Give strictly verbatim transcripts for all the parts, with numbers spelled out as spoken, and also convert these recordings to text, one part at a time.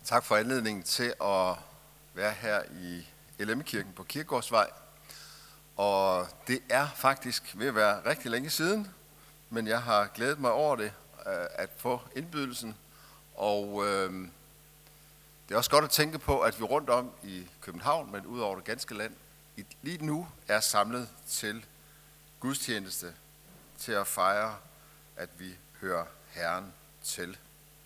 Tak for anledningen til at være her i L M-kirken på Kirkegårdsvej. Og det er faktisk ved at være rigtig længe siden, men jeg har glædet mig over det, at få indbydelsen. Og øh, det er også godt at tænke på, at vi rundt om i København, men ud over det ganske land, lige nu er samlet til gudstjeneste, til at fejre, at vi hører Herren til.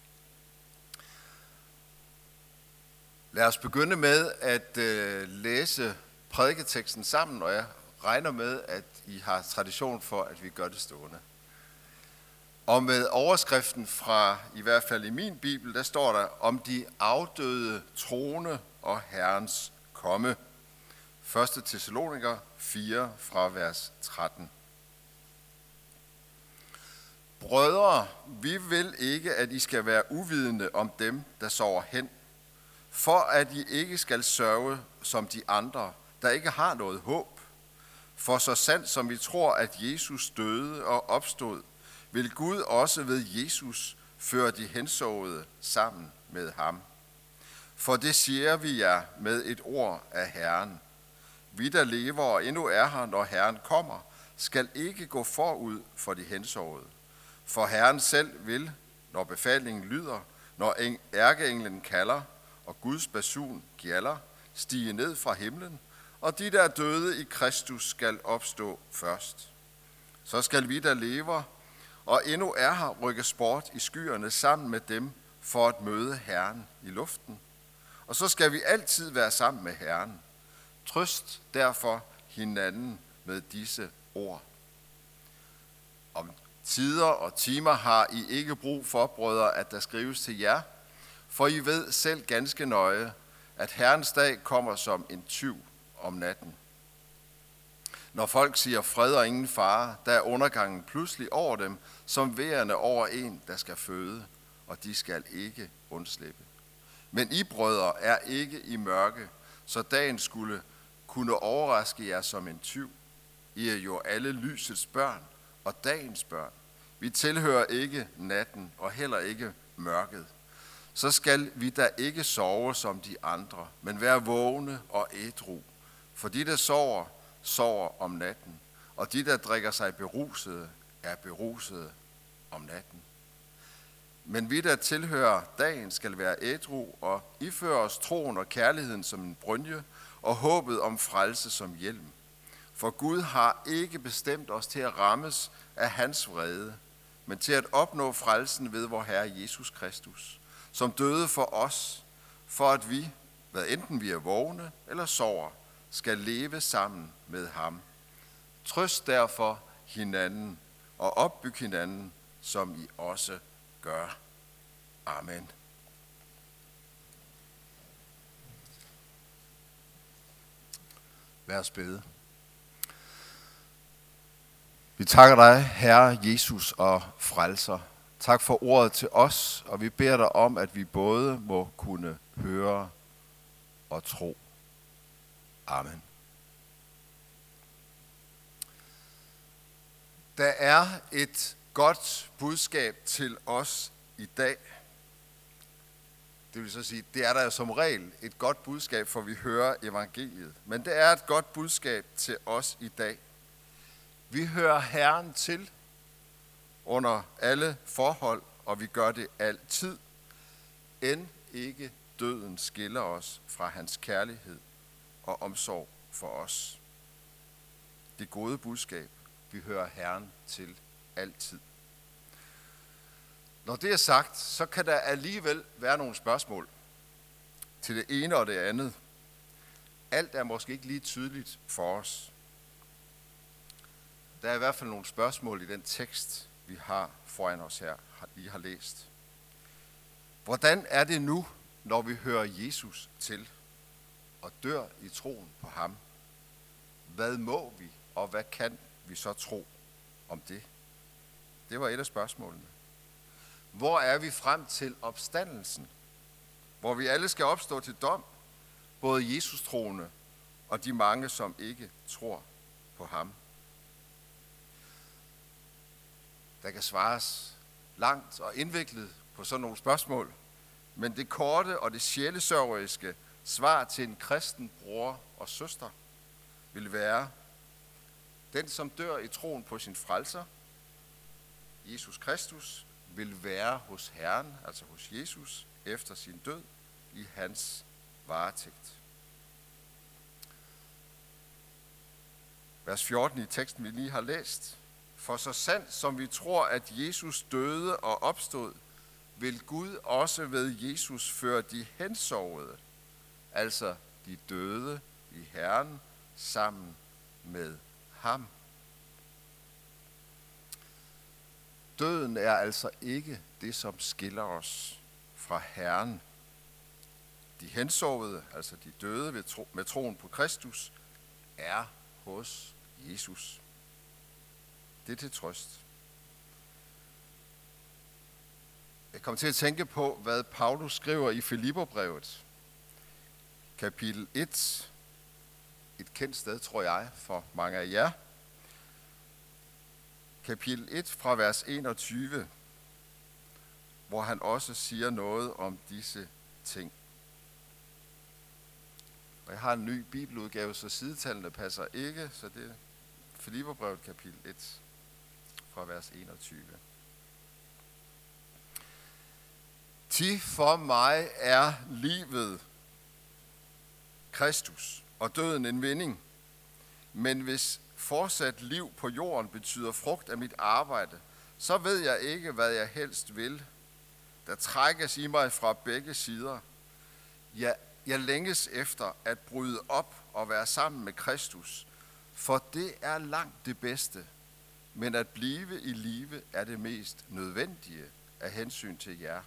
Lad os begynde med at øh, læse prædiketeksten sammen, og jeg regner med, at I har tradition for, at vi gør det stående. Og med overskriften fra, i hvert fald i min bibel, der står der, om de afdøde troende og Herrens komme. første Thessaloniker fire fra vers tretten. Brødre, vi vil ikke, at I skal være uvidende om dem, der sover hen, for at I ikke skal sørge som de andre, der ikke har noget håb. For så sandt som vi tror, at Jesus døde og opstod, vil Gud også ved Jesus føre de hensovede sammen med ham. For det siger vi jer med et ord af Herren. Vi, der lever og endnu er her, når Herren kommer, skal ikke gå forud for de hensovede. For Herren selv vil, når befalingen lyder, når ærkeenglen kalder, og Guds basun gjalder, stige ned fra himlen, og de, der er døde i Kristus, skal opstå først. Så skal vi, der lever og endnu er her, rykkes bort i skyerne sammen med dem for at møde Herren i luften. Og så skal vi altid være sammen med Herren. Trøst derfor hinanden med disse ord. Om tider og timer har I ikke brug for, brødre, at der skrives til jer, for I ved selv ganske nøje, at Herrens dag kommer som en tyv om natten. Når folk siger fred og ingen fare, der er undergangen pludselig over dem, som vejerne over en, der skal føde, og de skal ikke undslippe. Men I, brødre, er ikke i mørke, så dagen skulle kunne overraske jer som en tyv. I er jo alle lysets børn og dagens børn. Vi tilhører ikke natten og heller ikke mørket. Så skal vi da ikke sove som de andre, men være vågne og ædru. For de, der sover, sover om natten, og de, der drikker sig berusede, er berusede om natten. Men vi, der tilhører dagen, skal være ædru og iføre os troen og kærligheden som en brynje, og håbet om frelse som hjelm. For Gud har ikke bestemt os til at rammes af hans vrede, men til at opnå frelsen ved vor Herre Jesus Kristus, som døde for os, for at vi, hvad enten vi er vågne eller sover, skal leve sammen med ham. Trøst derfor hinanden og opbyg hinanden, som I også gør. Amen. Lad os bede. Vi takker dig, Herre Jesus og Frelser. Tak for ordet til os, og vi beder dig om, at vi både må kunne høre og tro. Amen. Der er et godt budskab til os i dag. Det vil så sige, det er der jo som regel et godt budskab, for vi hører evangeliet. Men det er et godt budskab til os i dag. Vi hører Herren til under alle forhold, og vi gør det altid, end ikke døden skiller os fra hans kærlighed og omsorg for os. Det gode budskab, vi hører Herren til altid. Når det er sagt, så kan der alligevel være nogle spørgsmål til det ene og det andet. Alt er måske ikke lige tydeligt for os. Der er i hvert fald nogle spørgsmål i den tekst, vi har foran os her, I har læst. Hvordan er det nu, når vi hører Jesus til og dør i troen på ham? Hvad må vi, og hvad kan vi så tro om det? Det var et af spørgsmålene. Hvor er vi frem til opstandelsen, hvor vi alle skal opstå til dom, både Jesus-troende og de mange, som ikke tror på ham? Der kan svares langt og indviklet på sådan nogle spørgsmål, Men det korte og det sjælesørgeriske svar til en kristen bror og søster vil være, den som dør i troen på sin frelser, Jesus Kristus, vil være hos Herren, altså hos Jesus, efter sin død i hans varetægt. Vers fjorten i teksten, vi lige har læst. For så sandt som vi tror, at Jesus døde og opstod, vil Gud også ved Jesus føre de hensovede, altså de døde i Herren, sammen med ham. Døden er altså ikke det, som skiller os fra Herren. De hensovede, altså de døde ved tro, med troen på Kristus, er hos Jesus. Det er til trøst. Jeg kom til at tænke på, hvad Paulus skriver i Filipperbrevet, kapitel et. Et kendt sted, tror jeg, for mange af jer. Kapitel et fra vers enogtyve, hvor han også siger noget om disse ting. Og jeg har en ny bibeludgave, så sidetallene passer ikke, så det er Filipperbrevet kapitel et fra vers enogtyve. Ti for mig er livet Kristus og døden en vinding. Men hvis fortsat liv på jorden betyder frugt af mit arbejde, så ved jeg ikke, hvad jeg helst vil. Der trækkes i mig fra begge sider. Jeg, jeg længes efter at bryde op og være sammen med Kristus, for det er langt det bedste. Men at blive i live er det mest nødvendige af hensyn til jer.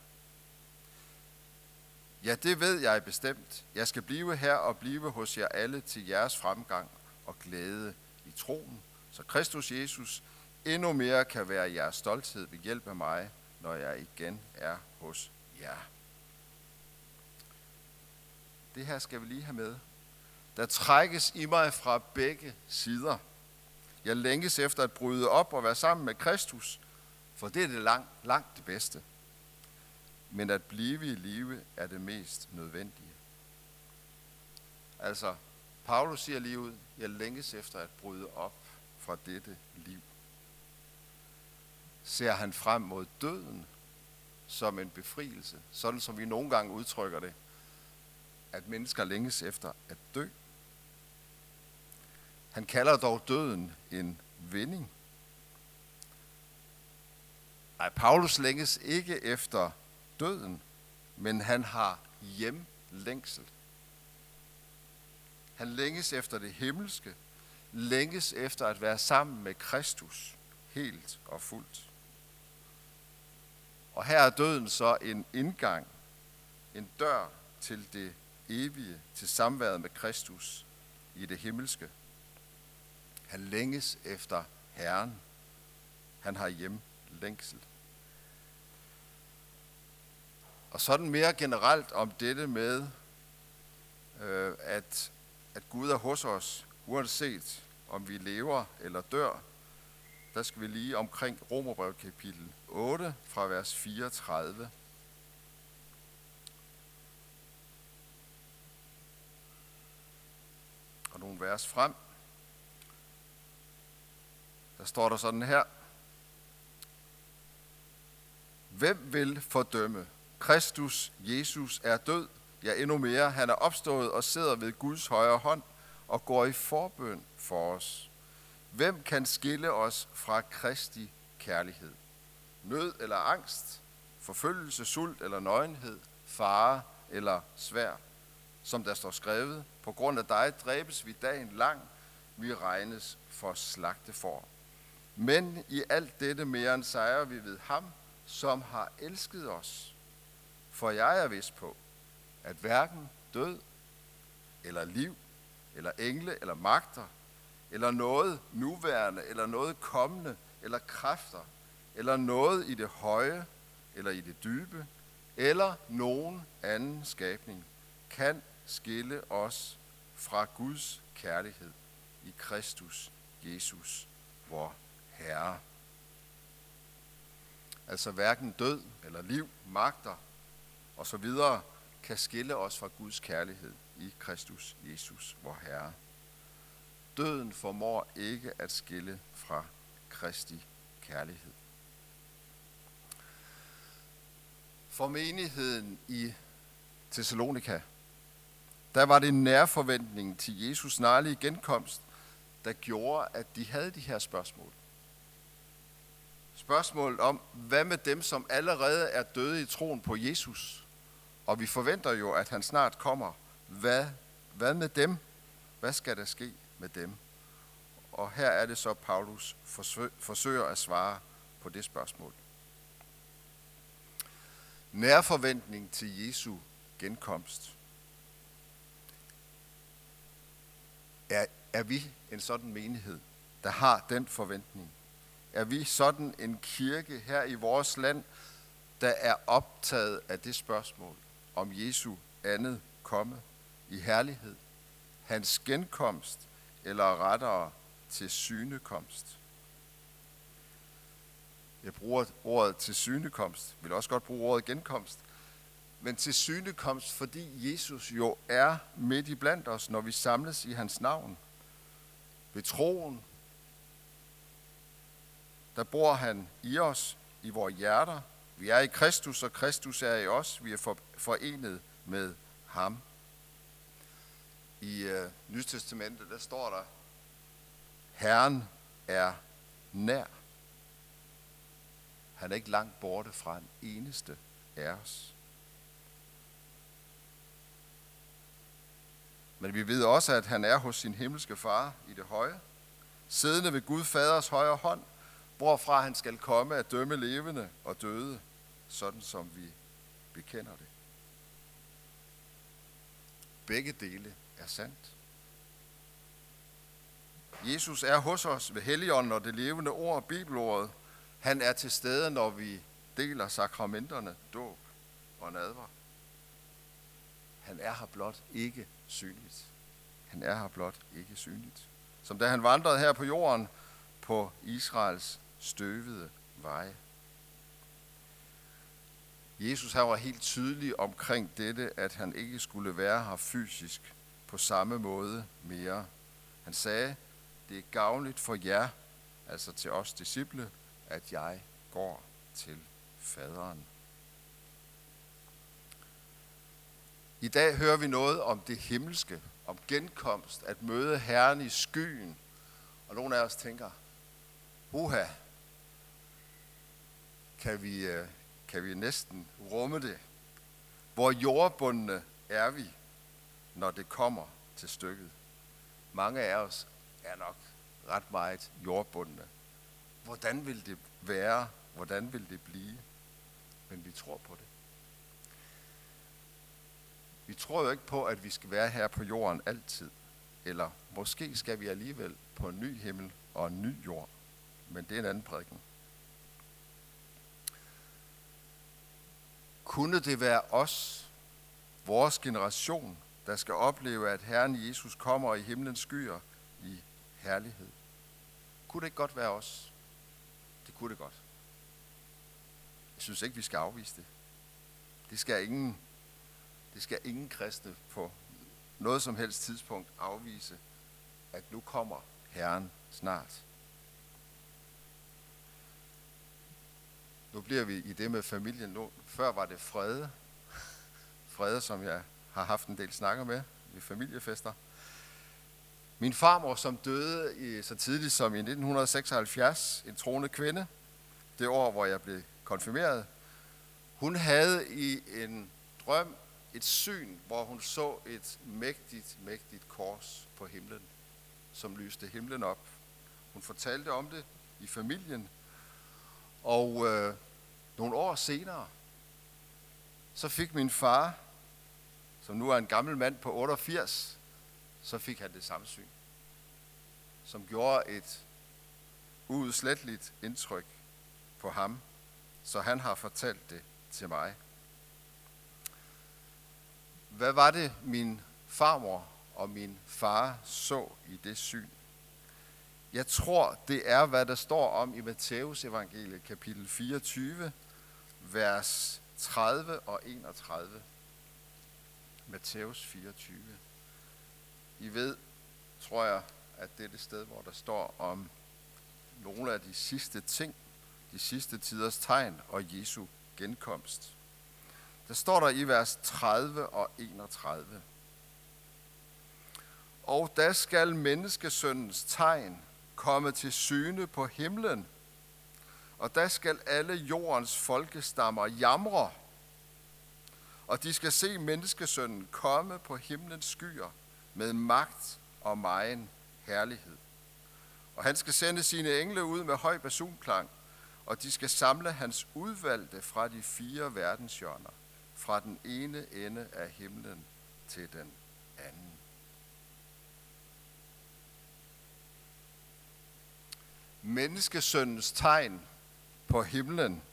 Ja, det ved jeg bestemt. Jeg skal blive her og blive hos jer alle til jeres fremgang og glæde i troen, så Kristus Jesus endnu mere kan være jeres stolthed ved hjælp af mig, når jeg igen er hos jer. Det her skal vi lige have med. Der trækkes i mig fra begge sider. Jeg længes efter at bryde op og være sammen med Kristus, for det er det langt, langt det bedste. Men at blive i live er det mest nødvendige. Altså, Paulus siger lige ud, jeg længes efter at bryde op fra dette liv. Ser han frem mod døden som en befrielse, sådan som vi nogle gange udtrykker det, at mennesker længes efter at dø. Han kalder dog døden en vinding. Nej, Paulus længes ikke efter døden, men han har hjemlængsel. Han længes efter det himmelske, længes efter at være sammen med Kristus, helt og fuldt. Og her er døden så en indgang, en dør til det evige, til samværet med Kristus i det himmelske. Han længes efter Herren. Han har hjemlængsel. Og sådan mere generelt om dette med, øh, at, at Gud er hos os, uanset om vi lever eller dør, der skal vi lige omkring Romerbrevet kapitel otte fra vers fireogtredive. Og nogle vers frem. Der står der sådan her. Hvem vil fordømme? Kristus, Jesus, er død. Ja, endnu mere. Han er opstået og sidder ved Guds højre hånd og går i forbøn for os. Hvem kan skille os fra Kristi kærlighed? Nød eller angst? Forfølgelse, sult eller nøgenhed? Fare eller svær? Som der står skrevet, på grund af dig dræbes vi dagen lang, vi regnes for slagtefor. Men i alt dette mere end sejrer vi ved ham, som har elsket os. For jeg er vist på, at hverken død, eller liv, eller engle, eller magter, eller noget nuværende, eller noget kommende, eller kræfter, eller noget i det høje, eller i det dybe, eller nogen anden skabning, kan skille os fra Guds kærlighed i Kristus Jesus, vor Herre. Altså hverken død eller liv, magter, og så videre, kan skille os fra Guds kærlighed i Kristus Jesus, vor Herre. Døden formår ikke at skille fra Kristi kærlighed. For menigheden i Thessalonika, der var det nærforventningen til Jesus snarlige genkomst, der gjorde, at de havde de her spørgsmål. Spørgsmålet om, hvad med dem, som allerede er døde i troen på Jesus? Og vi forventer jo, at han snart kommer. Hvad, hvad med dem? Hvad skal der ske med dem? Og her er det så, Paulus forsøger at svare på det spørgsmål. Nærforventning til Jesu genkomst. Er, er vi en sådan menighed, der har den forventning? Er vi sådan en kirke her i vores land, der er optaget af det spørgsmål om Jesu andet komme i herlighed, hans genkomst, eller rettere til synekomst? Jeg bruger ordet til synekomst, jeg vil også godt bruge ordet genkomst, men til synekomst, fordi Jesus jo er midt i blandt os, når vi samles i hans navn. Ved troen, der bor han i os, i vores hjerter. Vi er i Kristus, og Kristus er i os. Vi er forenet med ham. I uh, Nyt Testamentet, der står der, Herren er nær. Han er ikke langt borte fra en eneste af os. Men vi ved også, at han er hos sin himmelske far i det høje, siddende ved Gud Faders højre hånd, hvorfra han skal komme at dømme levende og døde, sådan som vi bekender det. Begge dele er sandt. Jesus er hos os ved Helligånden og det levende ord, bibelordet. Han er til stede, når vi deler sakramenterne, dåb og nadver. Han er her blot ikke synligt. Han er her blot ikke synligt. Som da han vandrede her på jorden på Israels støvede veje. Jesus her var helt tydelig omkring dette, at han ikke skulle være her fysisk på samme måde mere. Han sagde, det er gavnligt for jer, altså til os disciple, at jeg går til faderen. I dag hører vi noget om det himmelske, om genkomst, at møde Herren i skyen. Og nogle af os tænker, uha, kan vi, kan vi næsten rumme det? Hvor jordbundne er vi, når det kommer til stykket? Mange af os er nok ret meget jordbundne. Hvordan vil det være? Hvordan vil det blive? Men vi tror på det. Vi tror jo ikke på, at vi skal være her på jorden altid. Eller måske skal vi alligevel på en ny himmel og en ny jord. Men det er en anden prædiken. Kunne det være os, vores generation, der skal opleve, at Herren Jesus kommer i himlens skyer i herlighed? Kunne det ikke godt være os? Det kunne det godt. Jeg synes ikke, vi skal afvise det. Det skal ingen, det skal ingen kristne på noget som helst tidspunkt afvise, at nu kommer Herren snart. Nu bliver vi i det med familien. Nu, før var det Frede. Frede, som jeg har haft en del snakker med i familiefester. Min farmor, som døde i, så tidligt som i nitten seksoghalvfjerds, en troende kvinde, det år, hvor jeg blev konfirmeret, hun havde i en drøm et syn, hvor hun så et mægtigt, mægtigt kors på himlen, som lyste himlen op. Hun fortalte om det i familien, og øh, nogle år senere, så fik min far, som nu er en gammel mand på otteogfirs, så fik han det samme syn, som gjorde et uudsletteligt indtryk på ham, så han har fortalt det til mig. Hvad var det, min farmor og min far så i det syn? Jeg tror, det er, hvad der står om i Matteus evangeliet, kapitel fireogtyve, vers tredive og enogtredive. Matthæus fireogtyve. I ved, tror jeg, at det er det sted, hvor der står om nogle af de sidste ting, de sidste tiders tegn og Jesu genkomst. Der står der i vers tredive og enogtredive. Og da skal menneskesøndens tegn komme til syne på himlen, og da skal alle jordens folkestammer jamre, og de skal se menneskesønnen komme på himlens skyer med magt og megen herlighed. Og han skal sende sine engle ud med høj basunklang, og de skal samle hans udvalgte fra de fire verdenshjørner, fra den ene ende af himlen til den anden. Menneskesøndens tegn på himlen.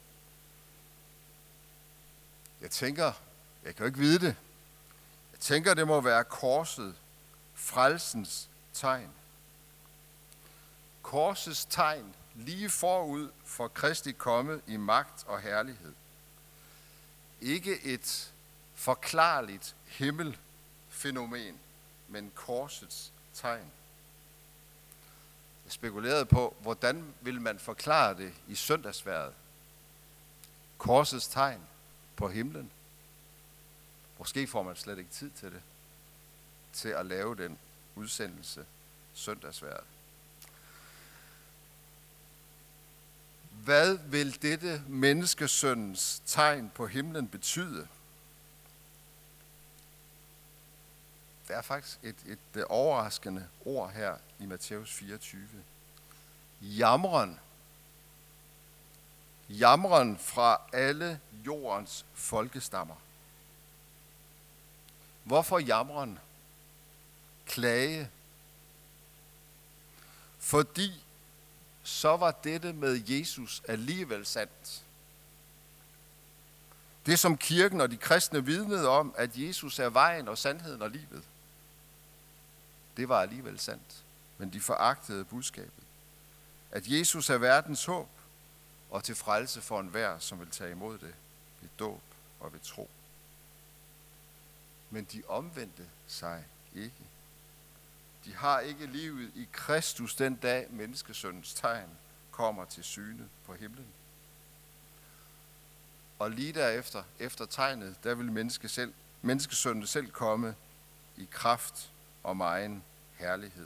Jeg tænker, jeg kan jo ikke vide det. Jeg tænker, det må være korset, frelsens tegn. Korsets tegn lige forud for Kristi komme i magt og herlighed. Ikke et forklarligt himmelfænomen, men korsets tegn. Jeg spekulerede på, hvordan vil man forklare det i søndagsværet? Korsets tegn på himlen. Måske får man slet ikke tid til det, til at lave den udsendelse søndagsværet. Hvad vil dette menneskesøndens tegn på himlen betyde? Der er faktisk et, et, et overraskende ord her i Matthæus fireogtyve. Jamren. Jamren fra alle jordens folkestammer. Hvorfor jamren? Klage. Fordi så var dette med Jesus alligevel sandt. Det som kirken og de kristne vidnede om, at Jesus er vejen og sandheden og livet, det var alligevel sandt. Men de foragtede budskabet. At Jesus er verdens håb og til frelse for enhver, som vil tage imod det ved dåb og ved tro. Men de omvendte sig ikke. De har ikke livet i Kristus den dag, menneskesøndens tegn kommer til syne på himlen. Og lige derefter, efter tegnet, der vil menneske selv, menneskesønnen selv komme i kraft og megen herlighed.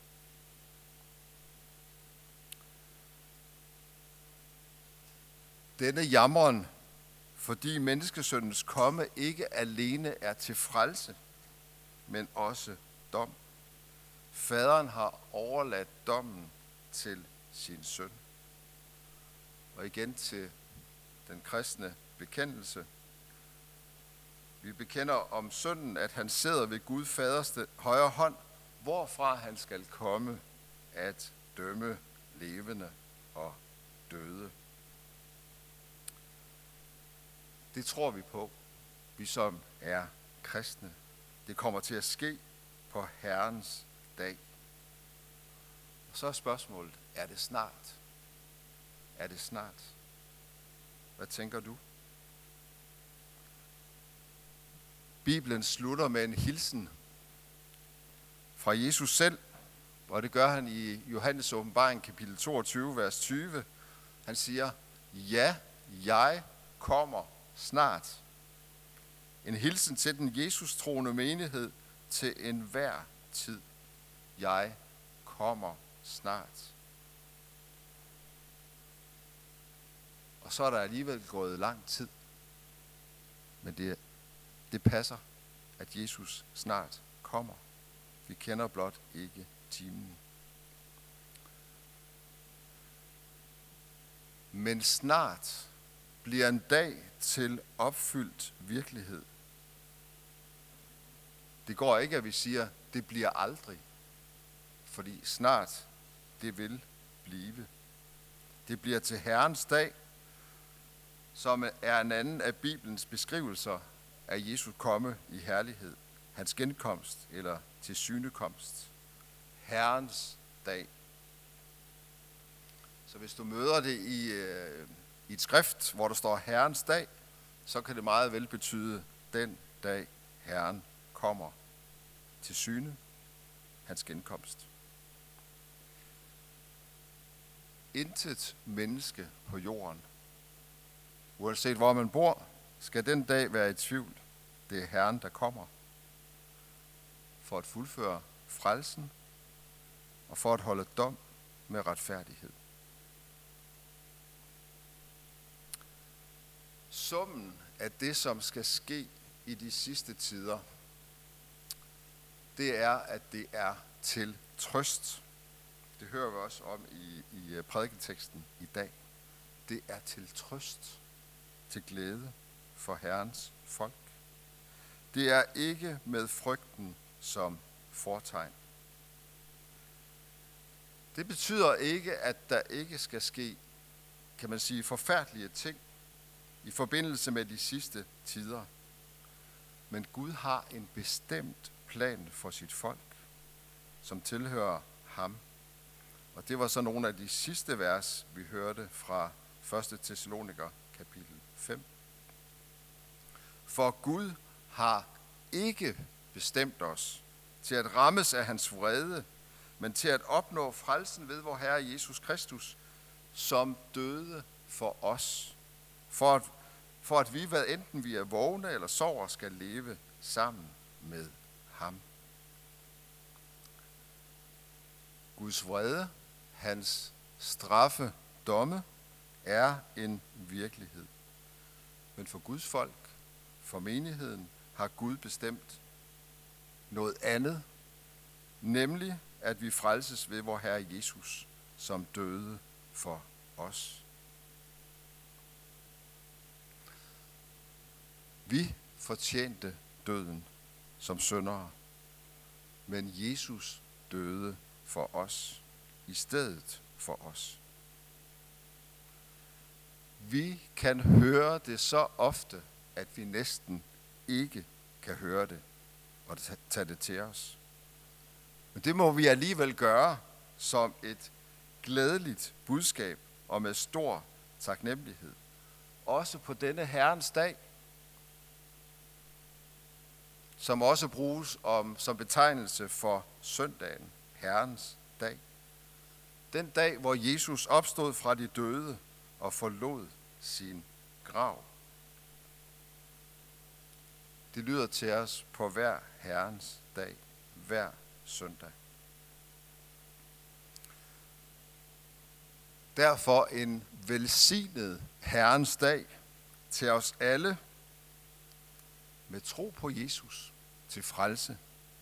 Denne jammeren, fordi menneskesøndens komme ikke alene er til frelse, men også dom. Faderen har overladt dommen til sin søn. Og igen til den kristne bekendelse. Vi bekender om sønnen, at han sidder ved Gud faders højre hånd, hvorfra han skal komme at dømme levende og døde. Det tror vi på, vi som er kristne. Det kommer til at ske på Herrens dag. Og så er spørgsmålet, er det snart? Er det snart? Hvad tænker du? Bibelen slutter med en hilsen fra Jesus selv, og det gør han i Johannes åbenbaring kapitel toogtyve, vers tyve. Han siger, ja, jeg kommer snart. En hilsen til den Jesus-troende menighed til enhver tid. Jeg kommer snart. Og så er der alligevel gået lang tid. Men det, det passer, at Jesus snart kommer. Vi kender blot ikke timen. Men snart bliver en dag til opfyldt virkelighed. Det går ikke, at vi siger, det bliver aldrig. Fordi snart, det vil blive. Det bliver til Herrens dag, som er en anden af Bibelens beskrivelser af Jesu komme i herlighed. Hans genkomst eller til synekomst. Herrens dag. Så hvis du møder det i, øh, i et skrift, hvor der står Herrens dag, så kan det meget vel betyde den dag Herren kommer til syne, hans genkomst. Intet menneske på jorden, uanset hvor man bor, skal den dag være i tvivl. Det er Herren, der kommer for at fuldføre frelsen og for at holde dom med retfærdighed. Summen af det, som skal ske i de sidste tider, det er, at det er til trøst. Det hører vi også om i, i prædiketeksten i dag. Det er til trøst, til glæde for Herrens folk. Det er ikke med frygten som fortegn. Det betyder ikke, at der ikke skal ske, kan man sige, forfærdelige ting i forbindelse med de sidste tider. Men Gud har en bestemt plan for sit folk, som tilhører ham. Og det var så nogle af de sidste vers, vi hørte fra første Thessaloniker kapitel fem. For Gud har ikke bestemt os til at rammes af hans vrede, men til at opnå frelsen ved vor Herre Jesus Kristus, som døde for os, for at, for at vi, hvad enten vi er vågne eller sover, skal leve sammen med ham. Guds vrede, hans straffe, domme, er en virkelighed. Men for Guds folk, for menigheden, har Gud bestemt noget andet, nemlig at vi frelses ved vor Herre Jesus, som døde for os. Vi fortjente døden som syndere, men Jesus døde for os, i stedet for os. Vi kan høre det så ofte, at vi næsten ikke kan høre det og tage det til os. Men det må vi alligevel gøre som et glædeligt budskab og med stor taknemmelighed. Også på denne Herrens dag, som også bruges om, som betegnelse for søndagen, Herrens dag. Den dag, hvor Jesus opstod fra de døde og forlod sin grav. Det lyder til os på hver Herrens dag, hver søndag. Derfor en velsignet Herrens dag til os alle med tro på Jesus til frelse.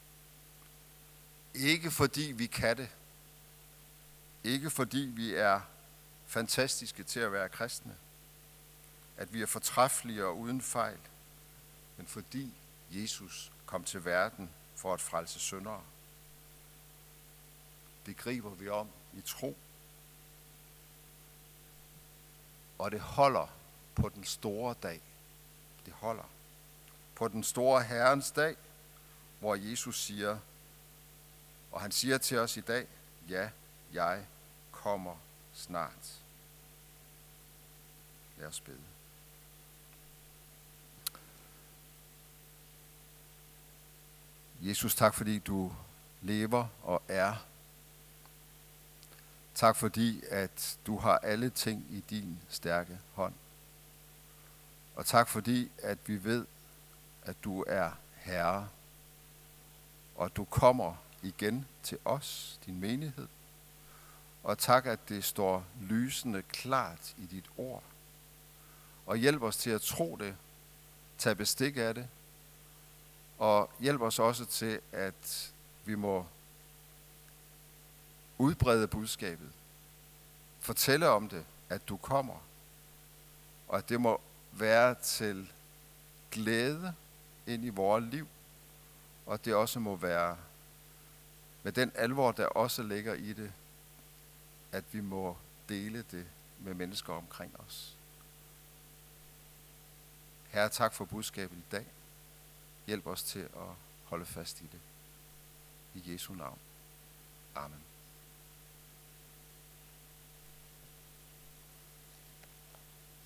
Ikke fordi vi kan det. Ikke fordi vi er fantastiske til at være kristne. At vi er fortræffelige og uden fejl. Men fordi Jesus kom til verden for at frelse syndere. Det griber vi om i tro. Og det holder på den store dag. Det holder på den store Herrens dag, hvor Jesus siger, og han siger til os i dag, ja, jeg kommer snart. Lad os bede. Jesus, tak fordi du lever og er. Tak fordi, at du har alle ting i din stærke hånd. Og tak fordi, at vi ved, at du er Herre, og at du kommer igen til os, din menighed. Og tak, at det står lysende klart i dit ord. Og hjælp os til at tro det, tage bestik af det, og hjælp os også til, at vi må udbrede budskabet. Fortælle om det, at du kommer. Og at det må være til glæde ind i vores liv. Og at det også må være med den alvor, der også ligger i det, at vi må dele det med mennesker omkring os. Herre, tak for budskabet i dag. Hjælp os til at holde fast i det. I Jesu navn. Amen.